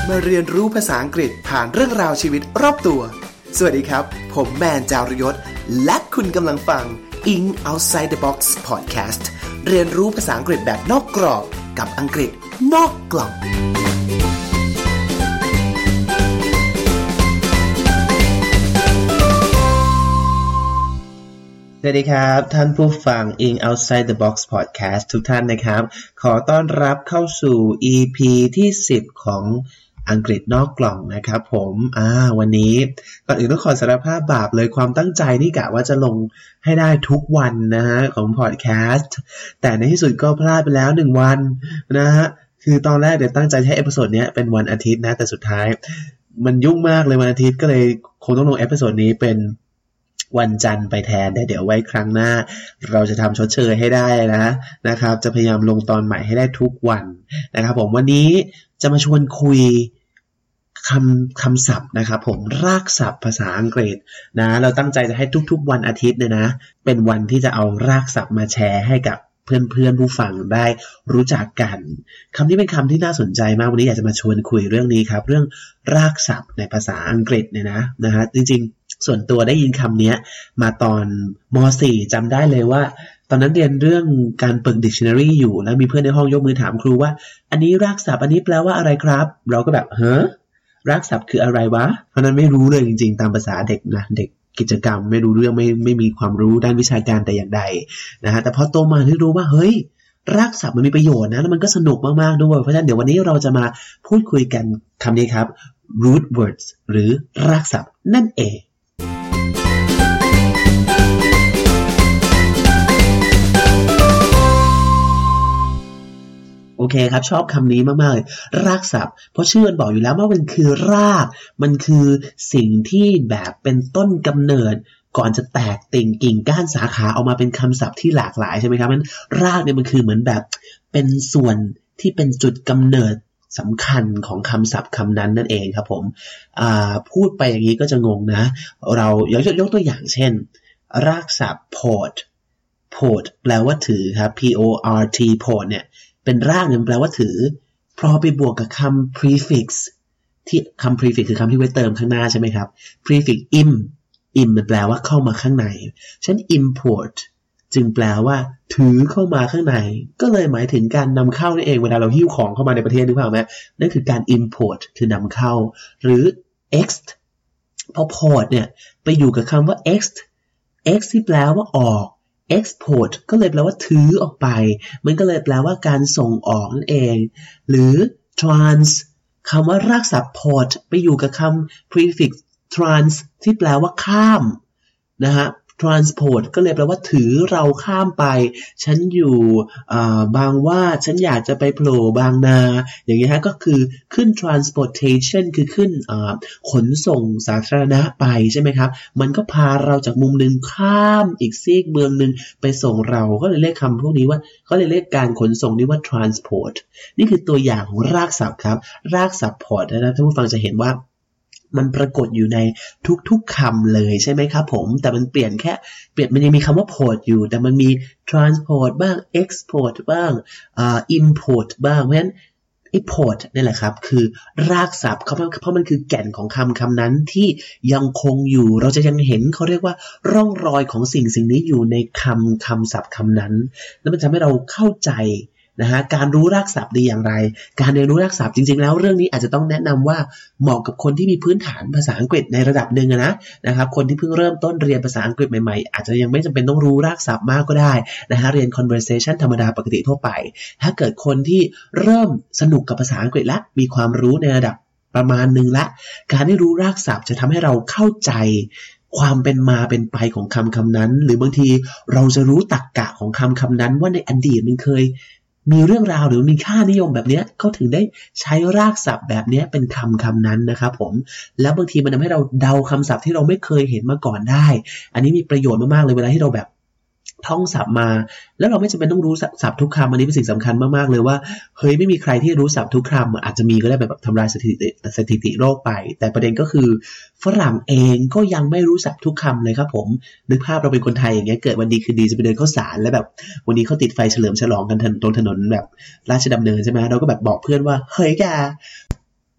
มาเรียนรู้ภาษาอังกฤษผ่านเรื่องราวชีวิตรอบตัวสวัสดีครับผมแมนจารยศและคุณกำลังฟัง In Outside the Box Podcast เรียนรู้ภาษาอังกฤษแบบนอกกรอบกับอังกฤษนอกกล่องสวัสดีครับท่านผู้ฟัง In Outside the Box Podcast ทุกท่านนะครับขอต้อนรับเข้าสู่ EP ที่10ของอังกฤษนอกกล่องนะครับผมวันนี้ก่อนอื่นต้องขอสารภาพบาปเลยความตั้งใจนี่กะว่าจะลงให้ได้ทุกวันนะฮะของ Podcast แต่ในที่สุดก็พลาดไปแล้ว1วันนะฮะคือตอนแรกเดี๋ยวตั้งใจให้เอพิโซดนี้เป็นวันอาทิตย์นะแต่สุดท้ายมันยุ่งมากเลยวันอาทิตย์ก็เลยคงต้องลงเอพิโซดนี้เป็นวันจันทร์ไปแทนเดี๋ยวไว้ครั้งหน้าเราจะทำชดเชยให้ได้นะครับจะพยายามลงตอนใหม่ให้ได้ทุกวันนะครับผมวันนี้จะมาชวนคุยคำศัพท์นะครับผมรากศัพท์ภาษาอังกฤษนะเราตั้งใจจะให้ทุกๆวันอาทิตย์เนี่ยนะเป็นวันที่จะเอารากศัพท์มาแชร์ให้กับเพื่อนๆผู้ฟังได้รู้จักกันคำนี้เป็นคำที่น่าสนใจมากวันนี้อยากจะมาชวนคุยเรื่องนี้ครับเรื่องรากศัพท์ในภาษาอังกฤษเนี่ยนะฮะจริงๆส่วนตัวได้ยินคำนี้มาตอนม.4 จำได้เลยว่าตอนนั้นเรียนเรื่องการเปิด dictionary อยู่แล้วมีเพื่อนในห้องยกมือถามครูว่าอันนี้รากศัพท์อันนี้แปลว่าอะไรครับเราก็แบบรากศัพท์คืออะไรวะเพราะนั้นไม่รู้เลยจริงๆตามภาษาเด็กนะเด็กกิจกรรมไม่รู้เรื่องไม่มีความรู้ด้านวิชาการแต่อย่างใดนะฮะแต่พอโตมาที่รู้ว่าเฮ้ยรากศัพท์มันมีประโยชน์นะแล้วมันก็สนุกมากๆด้วยเพราะฉะนั้นเดี๋ยววันนี้เราจะมาพูดคุยกันคำนี้ครับ root words หรือรากศัพท์นั่นเองโอเคครับชอบคำนี้มากๆเลยรากศัพท์เพราะชื่อมันบอกอยู่แล้วว่ามันคือรากมันคือสิ่งที่แบบเป็นต้นกำเนิดก่อนจะแตกติ่งกิ่งก้านสาขาออกมาเป็นคำศัพท์ที่หลากหลายใช่ไหมครับมันรากเนี่ยมันคือเหมือนแบบเป็นส่วนที่เป็นจุดกำเนิดสำคัญของคำศัพท์คำนั้นนั่นเองครับผมพูดไปอย่างนี้ก็จะงงนะเรายกตัวอย่างเช่นรากศัพท์ port แปลว่าถือครับ p-o-r-t port เนี่ยเป็นรากเนี่ยแปลว่าถือพอไปบวกกับคำ prefix ที่คำ prefix คือคำที่ไว้เติมข้างหน้าใช่ไหมครับ prefix im มันแปลว่าเข้ามาข้างในฉะนั้น import จึงแปลว่าถือเข้ามาข้างในก็เลยหมายถึงการนำเข้านั่นเองเวลาเราหิ้วของเข้ามาในประเทศหรือเปล่าไหมนั่นคือการ import คือนำเข้าหรือ ext พอ port เนี่ยไปอยู่กับคำว่า ext ที่แปลว่าออกexport ก็เลยแปลว่าถือออกไปมันก็เลยแปลว่าการส่งออกนั่นเองหรือ trans คำว่ารากศัพท์ port ไปอยู่กับคำ prefix trans ที่แปลว่าข้ามนะฮะ transport ก็เลยแปลว่าถือเราข้ามไปฉันอยู่บางว่าฉันอยากจะไปโผล่บางนาอย่างนี้ฮะก็คือขึ้น transportation คือขึ้นขนส่งสาธารณะไปใช่ไหมครับมันก็พาเราจากมุมนึงข้ามอีกซีกเมืองนึงไปส่งเราก็เลยเรียกคำพวกนี้ว่าเขาเลยเรียกการขนส่งนี้ว่า transport นี่คือตัวอย่างของรากศัพท์ครับรากศัพท์ port นะท่านผู้ฟังจะเห็นว่ามันปรากฏอยู่ในทุกๆคำเลยใช่ไหมครับผมแต่มันเปลี่ยนมันยังมีคำว่า port อยู่แต่มันมี transport บ้าง export บ้างimport บ้างเพราะฉะนั้นไอ้ port นี่แหละครับคือรากศัพท์เพราะมันคือแก่นของคำนั้นที่ยังคงอยู่เราจะยังเห็นเขาเรียกว่าร่องรอยของสิ่งนี้อยู่ในคำศัพท์คำนั้นแล้วมันทำให้เราเข้าใจนะฮะการรู้รากศัพท์ดีอย่างไรการเรียนรู้รากศัพท์จริงๆแล้วเรื่องนี้อาจจะต้องแนะนำว่าเหมาะกับคนที่มีพื้นฐานภาษาอังกฤษในระดับหนึ่งนะครับคนที่เพิ่งเริ่มต้นเรียนภาษาอังกฤษใหม่ๆอาจจะยังไม่จำเป็นต้องรู้รากศัพท์มากก็ได้นะฮะเรียน conversation ธรรมดาปกติทั่วไปถ้าเกิดคนที่เริ่มสนุกกับภาษาอังกฤษและมีความรู้ในระดับประมาณนึงละการได้รู้รากศัพท์จะทำให้เราเข้าใจความเป็นมาเป็นไปของคำนั้นหรือบางทีเราจะรู้ตรรกะของคำนั้นว่าในอดีตมันเคยมีเรื่องราวหรือมีค่านิยมแบบนี้เขาถึงได้ใช้รากศัพท์แบบนี้เป็นคำนั้นนะครับผมแล้วบางทีมันทำให้เราเดาคำศัพท์ที่เราไม่เคยเห็นมาก่อนได้อันนี้มีประโยชน์มากๆเลยเวลาที่เราแบบท่องศัพท์มาแล้วเราไม่จำเป็นต้องรู้ศัพท์ทุกคำอันนี้เป็นสิ่งสำคัญมากๆเลยว่าเฮ้ยไม่มีใครที่รู้ศัพท์ทุกคำอาจจะมีก็ได้แบบทำลายสถิติโลกไปแต่ประเด็นก็คือฝรั่งเองก็ยังไม่รู้ศัพท์ทุกคำเลยครับผมนึกภาพเราเป็นคนไทยอย่างเงี้ยเกิดวันดีคืนดีจะไปเดินเข้าสารแล้วแบบวันนี้เขาติดไฟเฉลิมฉลองกันตรงถนนแบบราชดำเนินใช่ไหมเราก็แบบบอกเพื่อนว่าเฮ้ยแก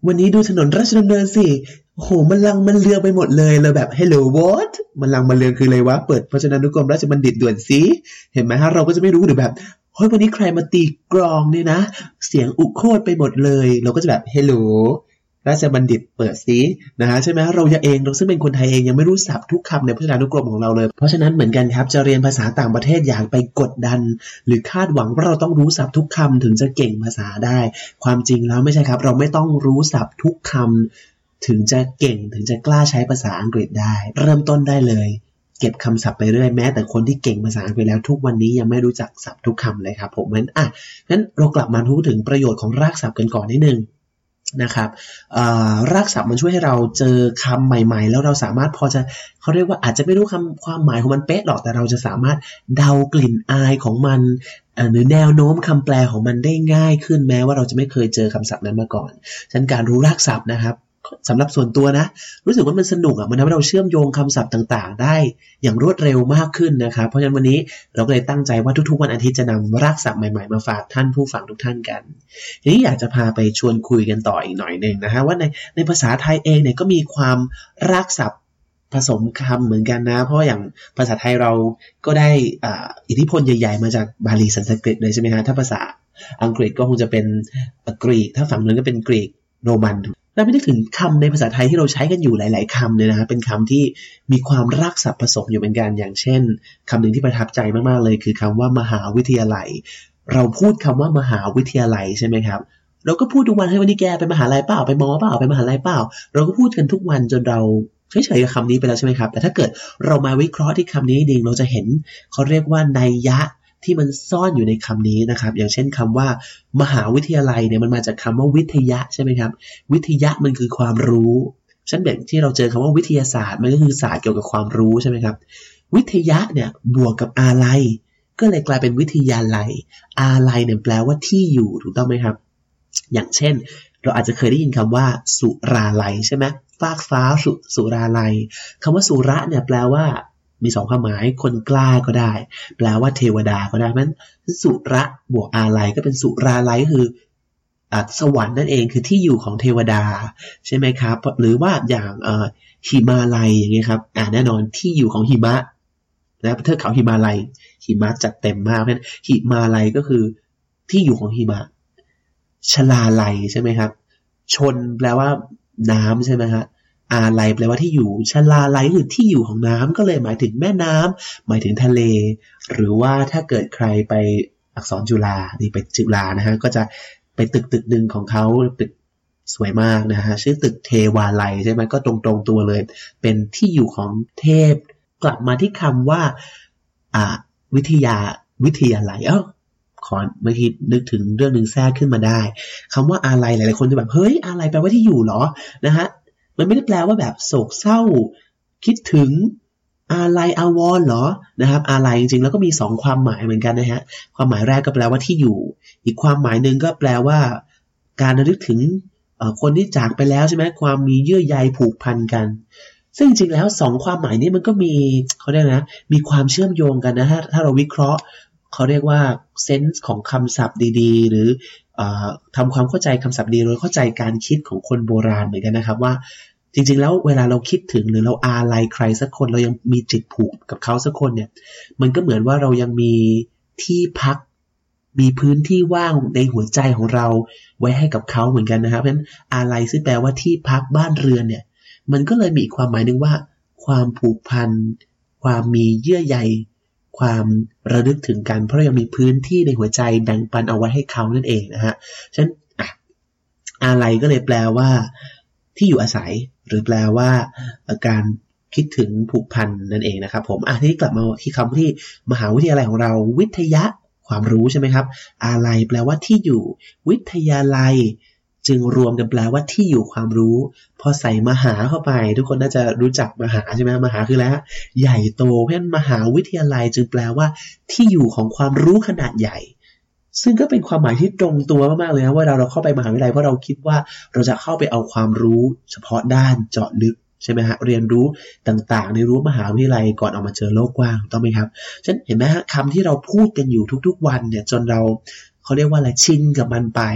วันนี้ดูถนนราชดำเนินสิโอ้โหมันลังมันเลืองไปหมดเลยเราแบบ Hello what มันลังมันเลืองคืออะไรวะเปิดพจนานุกรมราชบัณฑิตด่วนสิเห็นไหมฮะเราก็จะไม่รู้หรือแบบเฮ้ยวันนี้ใครมาตีกลองเนี่ยนะเสียงอุโคตรไปหมดเลยเราก็จะแบบ Helloราชบัณฑิตเปิดซินะฮะใช่ไหมเราเองเราซึ่งเป็นคนไทยเองยังไม่รู้ศัพท์ทุกคำในพจนานุกรมของเราเลยเพราะฉะนั้นเหมือนกันครับจะเรียนภาษาต่างประเทศอย่างไปกดดันหรือคาดหวังว่าเราต้องรู้ศัพท์ทุกคำถึงจะเก่งภาษาได้ความจริงแล้วไม่ใช่ครับเราไม่ต้องรู้ศัพท์ทุกคำถึงจะเก่งถึงจะกล้าใช้ภาษาอังกฤษได้เริ่มต้นได้เลยเก็บคำศัพท์ไปเรื่อยแม้แต่คนที่เก่งภาษาอังกฤษแล้วทุกวันนี้ยังไม่รู้จักศัพท์ทุกคำเลยครับผมงั้นเรากลับมาพูดถึงประโยชน์ของรากศัพท์กันก่อนนิดนึงนะครับรากศัพท์มันช่วยให้เราเจอคำใหม่ๆแล้วเราสามารถพอจะเขาเรียกว่าอาจจะไม่รู้ความหมายของมันเป๊ะหรอกแต่เราจะสามารถเดากลิ่นอายของมันหรือแนวโน้มคำแปลของมันได้ง่ายขึ้นแม้ว่าเราจะไม่เคยเจอคำศัพท์นั้นมาก่อนฉะนั้นการรู้รากศัพท์นะครับสำหรับส่วนตัวนะรู้สึกว่ามันสนุกมันทำให้เราเชื่อมโยงคำศัพท์ต่างๆได้อย่างรวดเร็วมากขึ้นนะครับเพราะฉะนั้นวันนี้เราก็เลยตั้งใจว่าทุกๆวันอาทิตย์จะนำรากศัพท์ใหม่ๆมาฝากท่านผู้ฟังทุกท่านกันทีนี้อยากจะพาไปชวนคุยกันต่ออีกหน่อยนึงนะฮะว่าในภาษาไทยเองเนี่ยก็มีความรากศัพท์ผสมคำเหมือนกันนะเพราะอย่างภาษาไทยเราก็ได้อิทธิพลใหญ่ๆมาจากบาลีสันสกฤตเลยใช่ไหมฮะถ้าภาษาอังกฤษก็คงจะเป็นกรีกถ้าฝั่งนั้นก็เป็นกรีกโรมันเราไม่ได้ถึงคำในภาษาไทยที่เราใช้กันอยู่หลายๆคำเลยนะเป็นคำที่มีความรากศัพท์ผสมอยู่เหมือนกันอย่างเช่นคำหนึ่งที่ประทับใจมากๆเลยคือคำว่ามหาวิทยาลัยเราพูดคำว่ามหาวิทยาลัยใช่ไหมครับเราก็พูดทุกวันให้วันนี้แกไปมหาลัยเปล่าไปมอเปล่าไปมหาลัยเปล่าเราก็พูดกันทุกวันจนเราเฉยๆกับคำนี้ไปแล้วใช่ไหมครับแต่ถ้าเกิดเรามาวิเคราะห์ที่คำนี้ดีเราจะเห็นเขาเรียกว่านัยยะที่มันซ่อนอยู่ในคำนี้นะครับอย่างเช่นคำว่ามหาวิทยาลัยเนี่ยมันมาจากคำว่าวิทยะใช่ไหมครับวิทยะมันคือความรู้ฉะนั้นแบบที่เราเจอคำว่าวิทยาศาสตร์มันก็คือศาสตร์เกี่ยวกับความรู้ใช่ไหมครับวิทยะเนี่ยบวกกับอาลัยก็เลยกลายเป็นวิทยาลัยอาลัยเนี่ยแปลว่าที่อยู่ถูกต้องไหมครับอย่างเช่นเราอาจจะเคยได้ยินคำว่าสุราลัยใช่ไหมฟากฟ้าสุราลัยคำว่าสุระเนี่ยแปลว่ามี2ความหมายคนกล้าก็ได้แปลว่าเทวดาก็ได้เพราะฉะนั้นสุระบวกอาลัยก็เป็นสุราลัยคือสวรรค์นั่นเองคือที่อยู่ของเทวดาใช่ไหมครับหรือว่าอย่างหิมาลัยอย่างเงี้ยครับแน่นอนที่อยู่ของหิมะนะเทือกเขาหิมาลัยหิมะจัดเต็มมากเพราะฉะนั้นหิมาลัยก็คือที่อยู่ของหิมะชลาลัยใช่ไหมครับชนแปลว่าน้ำใช่ไหมฮะอาลัยแปลว่าที่อยู่ชลาลัยคือที่อยู่ของน้ำก็เลยหมายถึงแม่น้ำหมายถึงทะเลหรือว่าถ้าเกิดใครไปอักษรจุฬานี่ไปจุฬานะฮะก็จะไปตึกหนึ่งของเขาตึกสวยมากนะฮะชื่อตึกเทวาลัยใช่ไหมก็ตรงตัวเลยเป็นที่อยู่ของเทพกลับมาที่คำว่าวิทยาลัยขอเมื่อกี้นึกถึงเรื่องนึงแทรกขึ้นมาได้คำว่าอาลัยหลายๆคนจะแบบเฮ้ยอาลัยแปลว่าที่อยู่เหรอนะฮะมันไม่ได้แปลว่าแบบโศกเศร้าคิดถึงอาลัยอาวรณ์เหรอนะครับอาลัยจริงๆแล้วก็มี2ความหมายเหมือนกันนะฮะความหมายแรกก็แปลว่าที่อยู่อีกความหมายนึงก็แปลว่าการระลึกถึงคนที่จากไปแล้วใช่ไหมความมีเยื่อใยผูกพันกันซึ่งจริงๆแล้ว2ความหมายนี้มันก็มีเขาเรียกนะมีความเชื่อมโยงกันนะฮะถ้าเราวิเคราะห์เขาเรียกว่าเซนส์ของคำศัพท์ดีๆหรือทำความเข้าใจคำศัพท์ดีโดยเข้าใจการคิดของคนโบราณเหมือนกันนะครับว่าจริงๆแล้วเวลาเราคิดถึงหรือเราอาลัยใครสักคนเรายังมีจิตผูกกับเขาสักคนเนี่ยมันก็เหมือนว่าเรายังมีที่พักมีพื้นที่ว่างในหัวใจของเราไว้ให้กับเขาเหมือนกันนะครับเพราะฉะนั้นอาลัยซึ่งแปลว่าที่พักบ้านเรือนเนี่ยมันก็เลยมีอีกความหมายนึงว่าความผูกพันความมีเยื่อใยความระลึกถึงกันเพราะเรายังมีพื้นที่ในหัวใจแบ่งปันเอาไว้ให้เขานั่นเองนะฮะฉะนั้นอาลัยก็เลยแปลว่าที่อยู่อาศัยหรือแปลว่าการคิดถึงผูกพันนั่นเองนะครับผมทีนี้กลับมาที่คำที่มหาวิทยาลัยของเราวิทยะความรู้ใช่ไหมครับอาลัยแปลว่าที่อยู่วิทยาลัยจึงรวมกันแปลว่าที่อยู่ความรู้พอใส่มหาเข้าไปทุกคนน่าจะรู้จักมหาใช่ไหมมหาคืออะไรฮะใหญ่โตเพราะฉะนั้นมหาวิทยาลัยจึงแปลว่าที่อยู่ของความรู้ขนาดใหญ่ซึ่งก็เป็นความหมายที่ตรงตัวมากๆเลยนะว่าเราเข้าไปมหาวิทยาลัยเพราะเราคิดว่าเราจะเข้าไปเอาความรู้เฉพาะด้านเจาะลึกใช่ไหมฮะเรียนรู้ต่างๆในรั้วมหาวิทยาลัยก่อนออกมาเจอโลกกว้างต้องไหมครับฉะนั้นเห็นไหมฮะคำที่เราพูดกันอยู่ทุกๆวันเนี่ยจนเราเขาเรียกว่าอะไรชินกับมันไป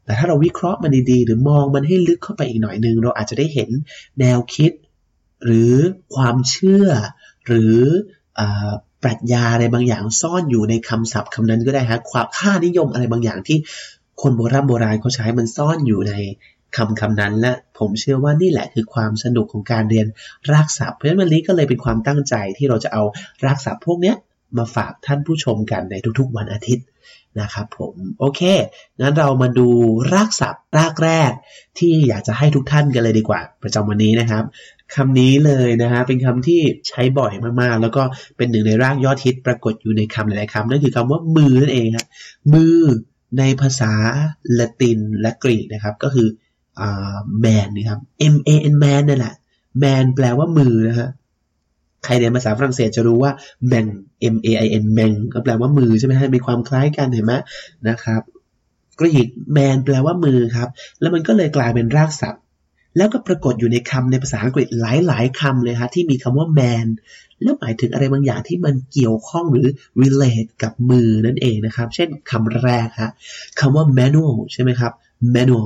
แต่ถ้าเราวิเคราะห์มันดีๆหรือมองมันให้ลึกเข้าไปอีกหน่อยนึงเราอาจจะได้เห็นแนวคิดหรือความเชื่อหรือปรัชญาอะไรบางอย่างซ่อนอยู่ในคำศัพท์คำนั้นก็ได้ฮะความค่านิยมอะไรบางอย่างที่คนโบราณเขาใช้มันซ่อนอยู่ในคำนั้นและผมเชื่อว่านี่แหละคือความสนุกของการเรียนรากศัพท์เพราะฉะนั้นวันนี้ก็เลยเป็นความตั้งใจที่เราจะเอารากศัพท์พวกนี้มาฝากท่านผู้ชมกันในทุกๆวันอาทิตย์นะครับผมโอเคงั้นเรามาดูรากศัพท์รากแรกที่อยากจะให้ทุกท่านกันเลยดีกว่าประจำวันนี้นะครับคำนี้เลยนะฮะเป็นคำที่ใช้บ่อยมากๆแล้วก็เป็นหนึ่งในรากยอดฮิตปรากฏอยู่ในคำหลายๆคำนั่นคือคำว่ามือนั่นเองครับมือในภาษาละตินและกรีกนะครับก็คือman นะครับ man man นั่นแหละ man แปลว่ามือนะฮะใครเรียนภาษาฝรั่งเศสจะรู้ว่า man main man ก็แปลว่ามือใช่ไหมฮะมีความคล้ายกันเห็นไหมนะครับกรีก man แปลว่ามือครับแล้วมันก็เลยกลายเป็นรากศัพท์แล้วก็ปรากฏอยู่ในคำในภาษาอังกฤษหลายๆคำเลยฮะที่มีคำว่า man แล้วหมายถึงอะไรบางอย่างที่มันเกี่ยวข้องหรือ relate กับมือนั่นเองนะครับเช่นคำแรกฮะคำว่า manual ใช่ไหมครับ manual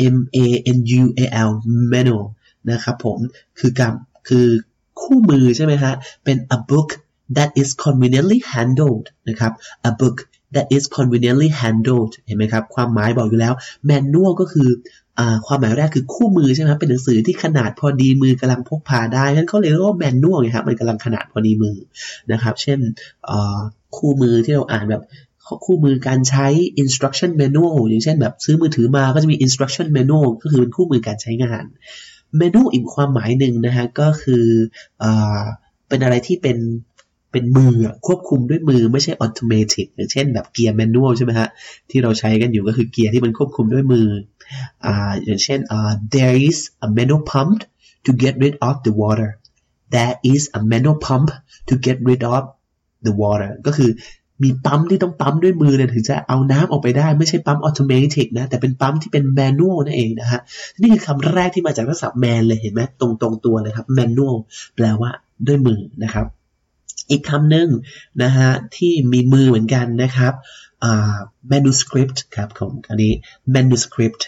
manual manual นะครับผมคือคู่มือใช่ไหมฮะเป็น a book that is conveniently handled นะครับ a book that is conveniently handled เห็นไหมครับความหมายบอกอยู่แล้ว manual ก็คือความหมายแรกคือคู่มือใช่ไหมเป็นหนังสือที่ขนาดพอดีมือกำลังพกพาได้งั้นเขาเลยเรียกว่า manual ไงครับมันกำลังขนาดพอดีมือนะครับเช่นคู่มือที่เราอ่านแบบคู่มือการใช้ instruction manual อย่างเช่นแบบซื้อมือถือมาก็จะมี instruction manual ก็คือเป็นคู่มือการใช้งาน manual อีกความหมายหนึ่งนะฮะก็คือเป็นอะไรที่เป็นมือควบคุมด้วยมือไม่ใช่ automatic อย่างเช่นแบบเกียร์ manual ใช่ไหมฮะที่เราใช้กันอยู่ก็คือเกียร์ที่มันควบคุมด้วยมืออย่างเช่นthere is a manual pump to get rid of the water there is a manual pump to get rid of the water ก็คือมีปั๊มที่ต้องปั๊มด้วยมือเนี่ยถึงจะเอาน้ำออกไปได้ไม่ใช่ปั๊มออโตเมติกนะแต่เป็นปั๊มที่เป็นแมนนวลนั่นเองนะฮะนี่คือคำแรกที่มาจากภาษาแมนเลยเห็นไหมตรงตัวเลยครับแมนนวลแปลว่าด้วยมือนะครับอีกคำหนึ่งนะฮะที่มีมือเหมือนกันนะครับmanuscript ครับของอันนี้ manuscript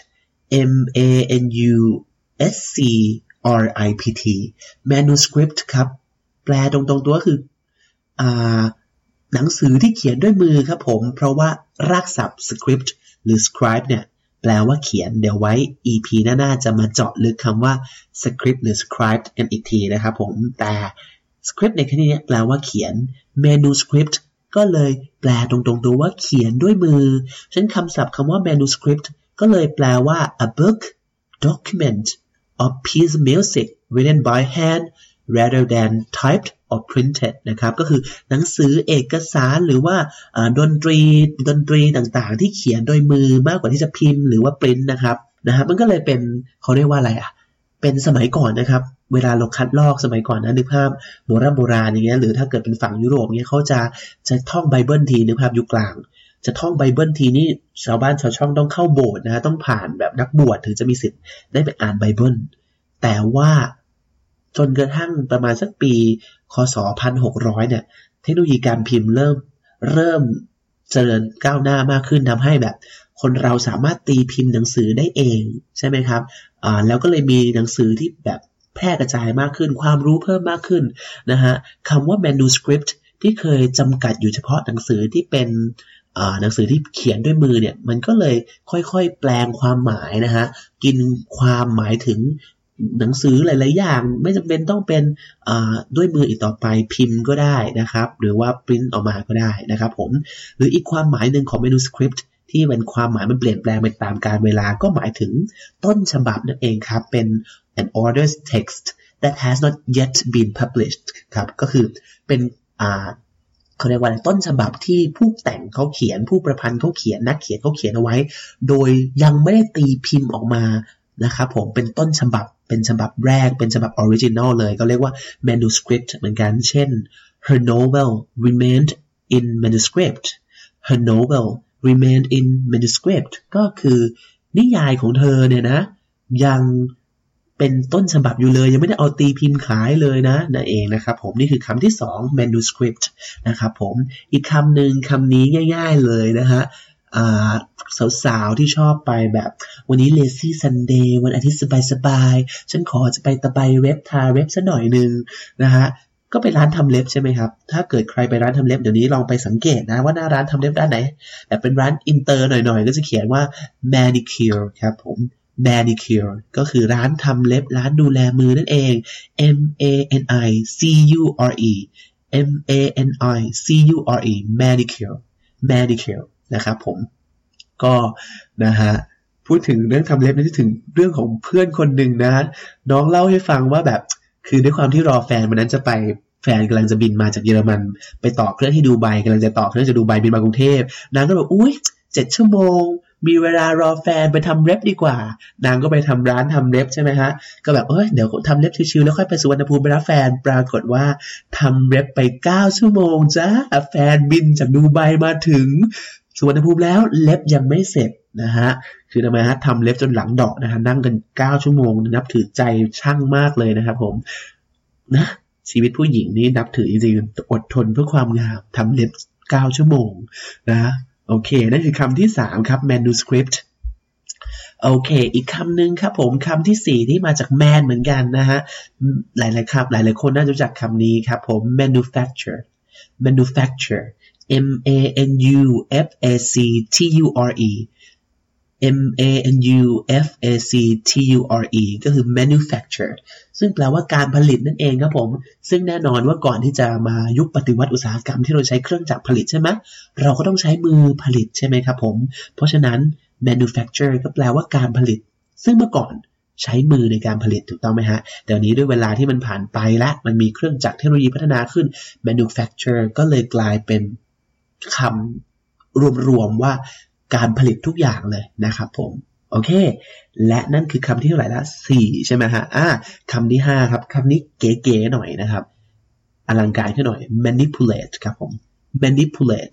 manuscript manuscript ครับแปลตรงตัวคือหนังสือที่เขียนด้วยมือครับผมเพราะว่ารากศัพท์ script หรือ scribe เนี่ยแปลว่าเขียนเดี๋ยวไว้ EP หน้าจะมาเจาะลึกคำว่า script หรือ scribe กันอีกทีนะครับผมแต่ script ในที่นี้แปลว่าเขียน manuscript ก็เลยแปลตรงตัวว่าเขียนด้วยมือฉะนั้นคำศัพท์คำว่า manuscript ก็เลยแปลว่า a book document or piece of music written by hand rather than typed or printed นะครับก็คือหนังสือเอกสารหรือว่าดนตรีต่างๆที่เขียนโดยมือมากกว่าที่จะพิมพ์หรือว่าปริ้นนะครับมันก็เลยเป็นเขาเรียกว่าอะไรเป็นสมัยก่อนนะครับเวลาเราคัดลอกสมัยก่อนนะนึกภาพโบราณอย่างเงี้ยหรือถ้าเกิดเป็นฝั่งยุโรปเงี้ยเขาจะท่องไบเบิลทีนึกภาพยุคกลางจะท่องไบเบิลทีนี่ชาวบ้านชาวช่องต้องเข้าโบสถ์นะต้องผ่านแบบนักบวชถึงจะมีสิทธิ์ได้ไปอ่านไบเบิลแต่ว่าจนกระทั่งประมาณสักปีคศ1600เนี่ยเทคโนโลยีการพิมพ์เริ่มเจริญก้าวหน้ามากขึ้นทำให้แบบคนเราสามารถตีพิมพ์หนังสือได้เองใช่ไหมครับแล้วก็เลยมีหนังสือที่แบบแพร่กระจายมากขึ้นความรู้เพิ่มมากขึ้นนะฮะคำว่า manuscript ที่เคยจำกัดอยู่เฉพาะหนังสือที่เป็นหนังสือที่เขียนด้วยมือเนี่ยมันก็เลยค่อยๆแปลงความหมายนะฮะกินความหมายถึงหนังสือหลายๆอย่างไม่จำเป็นต้องเป็นด้วยมืออีกต่อไปพิมพ์ก็ได้นะครับหรือว่าปริ้นออกมาก็ได้นะครับผมหรืออีกความหมายหนึ่งของ manuscript ที่เป็นความหมายมันเปลี่ยนแปลงไปตามกาลเวลาก็หมายถึงต้นฉบับนั่นเองครับเป็น an ordered text that has not yet been published ครับก็คือเป็นเขาเรียกว่าต้นฉบับที่ผู้แต่งเขาเขียนผู้ประพันธ์เขาเขียนนักเขียนเขาเขียนเอาไว้โดยยังไม่ได้ตีพิมพ์ออกมานะครับผมเป็นต้นฉบับเป็นฉบับแรกเป็นฉบับออริจินอลเลยก็เรียกว่า manuscript เหมือนกันเช่น her novel remained in manuscript her novel remained in manuscript ก็คือนิยายของเธอเนี่ยนะยังเป็นต้นฉบับอยู่เลยยังไม่ได้เอาตีพิมพ์ขายเลยนะนั่นเองนะครับผมนี่คือคำที่2 manuscript นะครับผมอีกคำหนึ่งคำนี้ง่ายๆเลยนะฮะสาวๆที่ชอบไปแบบวันนี้ lazy Sunday วันอาทิตย์สบายๆฉันขอจะไปตะไบเล็บทาเล็บสักหน่อยนึงนะฮะก็ไปร้านทำเล็บใช่ไหมครับถ้าเกิดใครไปร้านทำเล็บเดี๋ยวนี้ลองไปสังเกตนะว่าหน้าร้านทำเล็บด้านไหนแต่เป็นร้านอินเตอร์หน่อยๆก็จะเขียนว่า manicure ครับผม manicure ก็คือร้านทำเล็บร้านดูแลมือนั่นเอง manicure manicure manicure นะครับผมก็นะฮะพูดถึงเรื่องทำเล็บนึกถึงเรื่องของเพื่อนคนหนึ่งนะน้องเล่าให้ฟังว่าแบบคือด้วยความที่รอแฟนวันนั้นจะไปแฟนกำลังจะบินมาจากเยอรมันไปต่อเครื่องที่ดูไบกำลังจะต่อเครื่องจากดูไบบินมากรุงเทพนางก็บอกอุ๊ย7 ชั่วโมงมีเวลารอแฟนไปทำเล็บดีกว่านางก็ไปทำร้านทำเล็บใช่ไหมฮะก็แบบเดี๋ยวทำเล็บชิวๆแล้วค่อยไปสุวรรณภูมิไปรับแฟนปรากฏว่าทำเล็บไป9 ชั่วโมงจ้าแฟนบินจากดูไบมาถึงสุวรรณภูมิแล้วเล็บยังไม่เสร็จนะฮะคือทำไมฮะทำเล็บจนหลังดอกนะฮะนั่งกัน9 ชั่วโมงนับถือใจช่างมากเลยนะครับผมนะชีวิตผู้หญิงนี่นับถือจริงๆอดทนเพื่อความงามทำเล็บ9 ชั่วโมงนะโอเคนั่นคือคำที่3ครับ manuscript โอเคอีกคำหนึ่งครับผมคำที่4ที่มาจาก man เหมือนกันนะฮะหลายๆครับหลายๆคนน่าจะรู้จักคำนี้ครับผม manufacture manufacture manufacture manufacture ก็คือ manufacture ซึ่งแปลว่าการผลิตนั่นเองครับผมซึ่งแน่นอนว่าก่อนที่จะมายุคปฏิวัติอุตสาหกรรมที่เราใช้เครื่องจักรผลิตใช่ไหมเราก็ต้องใช้มือผลิตใช่ไหมครับผมเพราะฉะนั้น manufacture ก็แปลว่าการผลิตซึ่งเมื่อก่อนใช้มือในการผลิตถูกต้องไหมฮะแต่วันนี้ด้วยเวลาที่มันผ่านไปและมันมีเครื่องจักรเทคโนโลยีพัฒนาขึ้น manufacture ก็เลยกลายเป็นคำรวมๆว่าการผลิตทุกอย่างเลยนะครับผมโอเคและนั่นคือคำที่เท่าไหร่ละ4ใช่ไหมฮะคำที่5ครับคำนี้เก๋ๆหน่อยนะครับอลังการขึ้นหน่อย manipulate ครับผม manipulate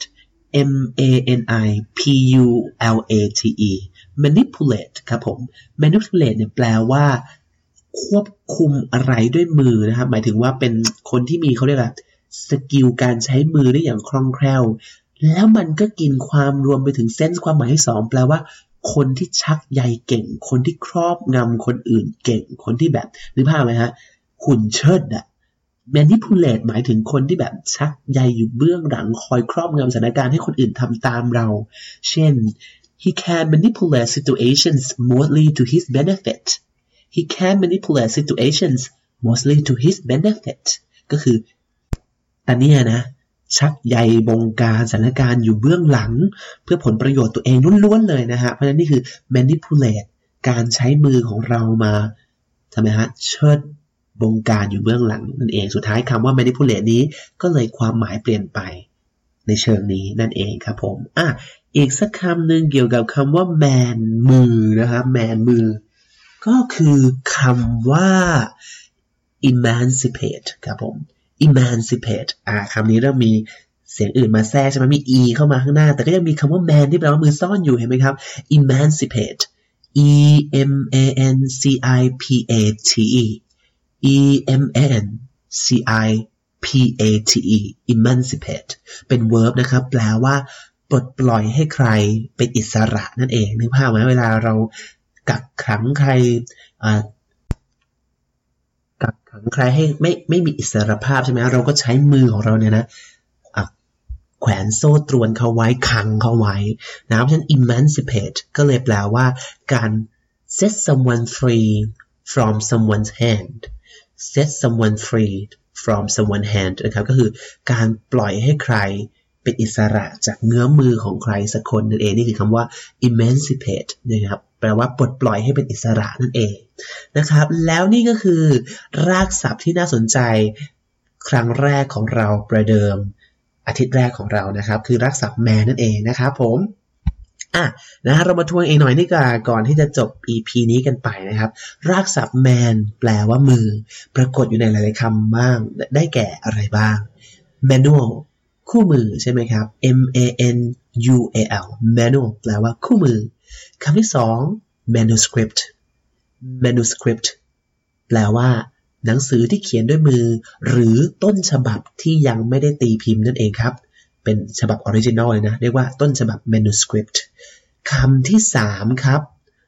manipulate manipulate ครับผม manipulate เนี่ยแปลว่าควบคุมอะไรด้วยมือนะครับหมายถึงว่าเป็นคนที่มีเขาเรียกว่าสกิลการใช้มือได้อย่างคล่องแคล่วแล้วมันก็กินความรวมไปถึงเซนส์ความหมายที่2แปลว่าคนที่ชักใยเก่งคนที่ครอบงำคนอื่นเก่งคนที่แบบนึกภาพไหมฮะหุ่นเชิดอะ manipulate หมายถึงคนที่แบบชักใยอยู่เบื้องหลังคอยครอบงำสถานการณ์ให้คนอื่นทำตามเราเช่น he can manipulate situations mostly to his benefit he can manipulate situations mostly to his benefit ก็คือตอนนี้นะชักใยบงการสถานการณ์อยู่เบื้องหลังเพื่อผลประโยชน์ตัวเองล้วนๆเลยนะฮะเพราะฉะนั้นนี่คือ manipulate การใช้มือของเรามาทำไมฮะเชิดบงการอยู่เบื้องหลังนั่นเองสุดท้ายคำว่า manipulate นี้ก็เลยความหมายเปลี่ยนไปในเชิงนี้นั่นเองครับผมอีกสักคำหนึ่งเกี่ยวกับคำว่า man มือนะครับ man มือก็คือคำว่า emancipate ครับผม emancipate คำนี้เริ่มมีเสียงอื่นมาแทรกใช่ไหมมี e เข้ามาข้างหน้าแต่ก็ยังมีคำว่า man ที่แปลว่ามือซ่อนอยู่เห็นไหมครับ emancipate emancipate emancipate emancipate เป็น verb นะครับแปลว่าปลดปล่อยให้ใครเป็นอิสระนั่นเองนึกภาพไหมเวลาเรากักขังใครกักขังใครให้ไม่มีอิสรภาพใช่ไหมเราก็ใช้มือของเราเนี่ยนะแขวนโซ่ตรวนเขาไว้ขังเขาไว้นะเพราะฉะนั้น emancipate ก็เลยแปลว่าการ set someone free from someone's hand set someone free from someone's hand นะครับก็คือการปล่อยให้ใครเป็นอิสระจากเงื้อมมือของใครสักคนนั่นเองนี่คือคำว่า emancipate นะครับแปลว่าปลดปล่อยให้เป็นอิสระนั่นเองนะครับแล้วนี่ก็คือรากศัพท์ที่น่าสนใจครั้งแรกของเราประเดิมอาทิตย์แรกของเรานะครับคือรากศัพท์ man นั่นเองนะครับผมนะเรามาทวนเองหน่อยนี่ก่อนที่จะจบ EP นี้กันไปนะครับรากศัพท์ man แปลว่ามือปรากฏอยู่ในหลายๆคำบ้างได้แก่อะไรบ้าง manual คู่มือใช่ไหมครับ manual manual แปลว่าคู่มือคำที่2 manuscript manuscript แปลว่าหนังสือที่เขียนด้วยมือหรือต้นฉบับที่ยังไม่ได้ตีพิมพ์นั่นเองครับเป็นฉบับออริจินอลเลยนะเรียกว่าต้นฉบับ manuscript คำที่3ครับ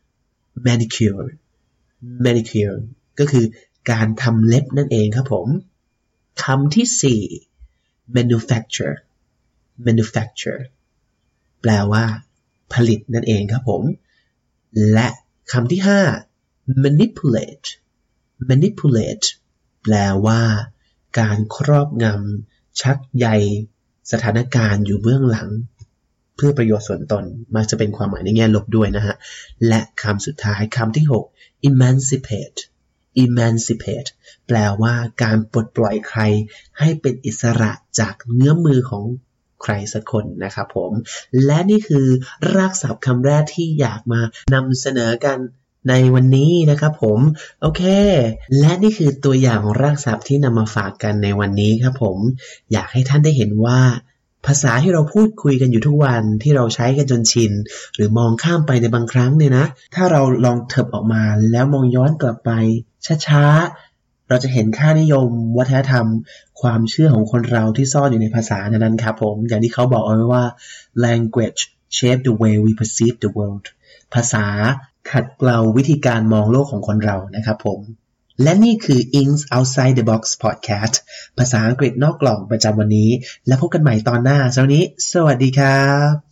manicure ก็คือการทำเล็บนั่นเองครับผมคำที่4 manufacture แปลว่าผลิตนั่นเองครับผมและคำที่5 manipulate แปลว่าการครอบงำชักใยสถานการณ์อยู่เบื้องหลังเพื่อประโยชน์ส่วนตนมักจะเป็นความหมายในแง่ลบด้วยนะฮะและคำสุดท้ายคำที่6 emancipate แปลว่าการปลดปล่อยใครให้เป็นอิสระจากเงื้อมมือของใครสักคนนะครับผมและนี่คือรากศัพท์คำแรกที่อยากมานำเสนอกันในวันนี้นะครับผมโอเคและนี่คือตัวอย่างของรากศัพท์ที่นำมาฝากกันในวันนี้ครับผมอยากให้ท่านได้เห็นว่าภาษาที่เราพูดคุยกันอยู่ทุกวันที่เราใช้กันจนชินหรือมองข้ามไปในบางครั้งเนี่ยนะถ้าเราลองเถิบออกมาแล้วมองย้อนกลับไปช้าๆเราจะเห็นค่านิยมวัฒนธรรมความเชื่อของคนเราที่ซ่อนอยู่ในภาษานั้นครับผมอย่างที่เขาบอกเอาไว้ว่า language shape the way we perceive the world ภาษาขัดเกลาวิธีการมองโลกของคนเรานะครับผมและนี่คือ Ings Outside the Box Podcast ภาษาอังกฤษนอกกล่องประจำวันนี้แล้วพบกันใหม่ตอนหน้าสำหรับวันนี้สวัสดีครับ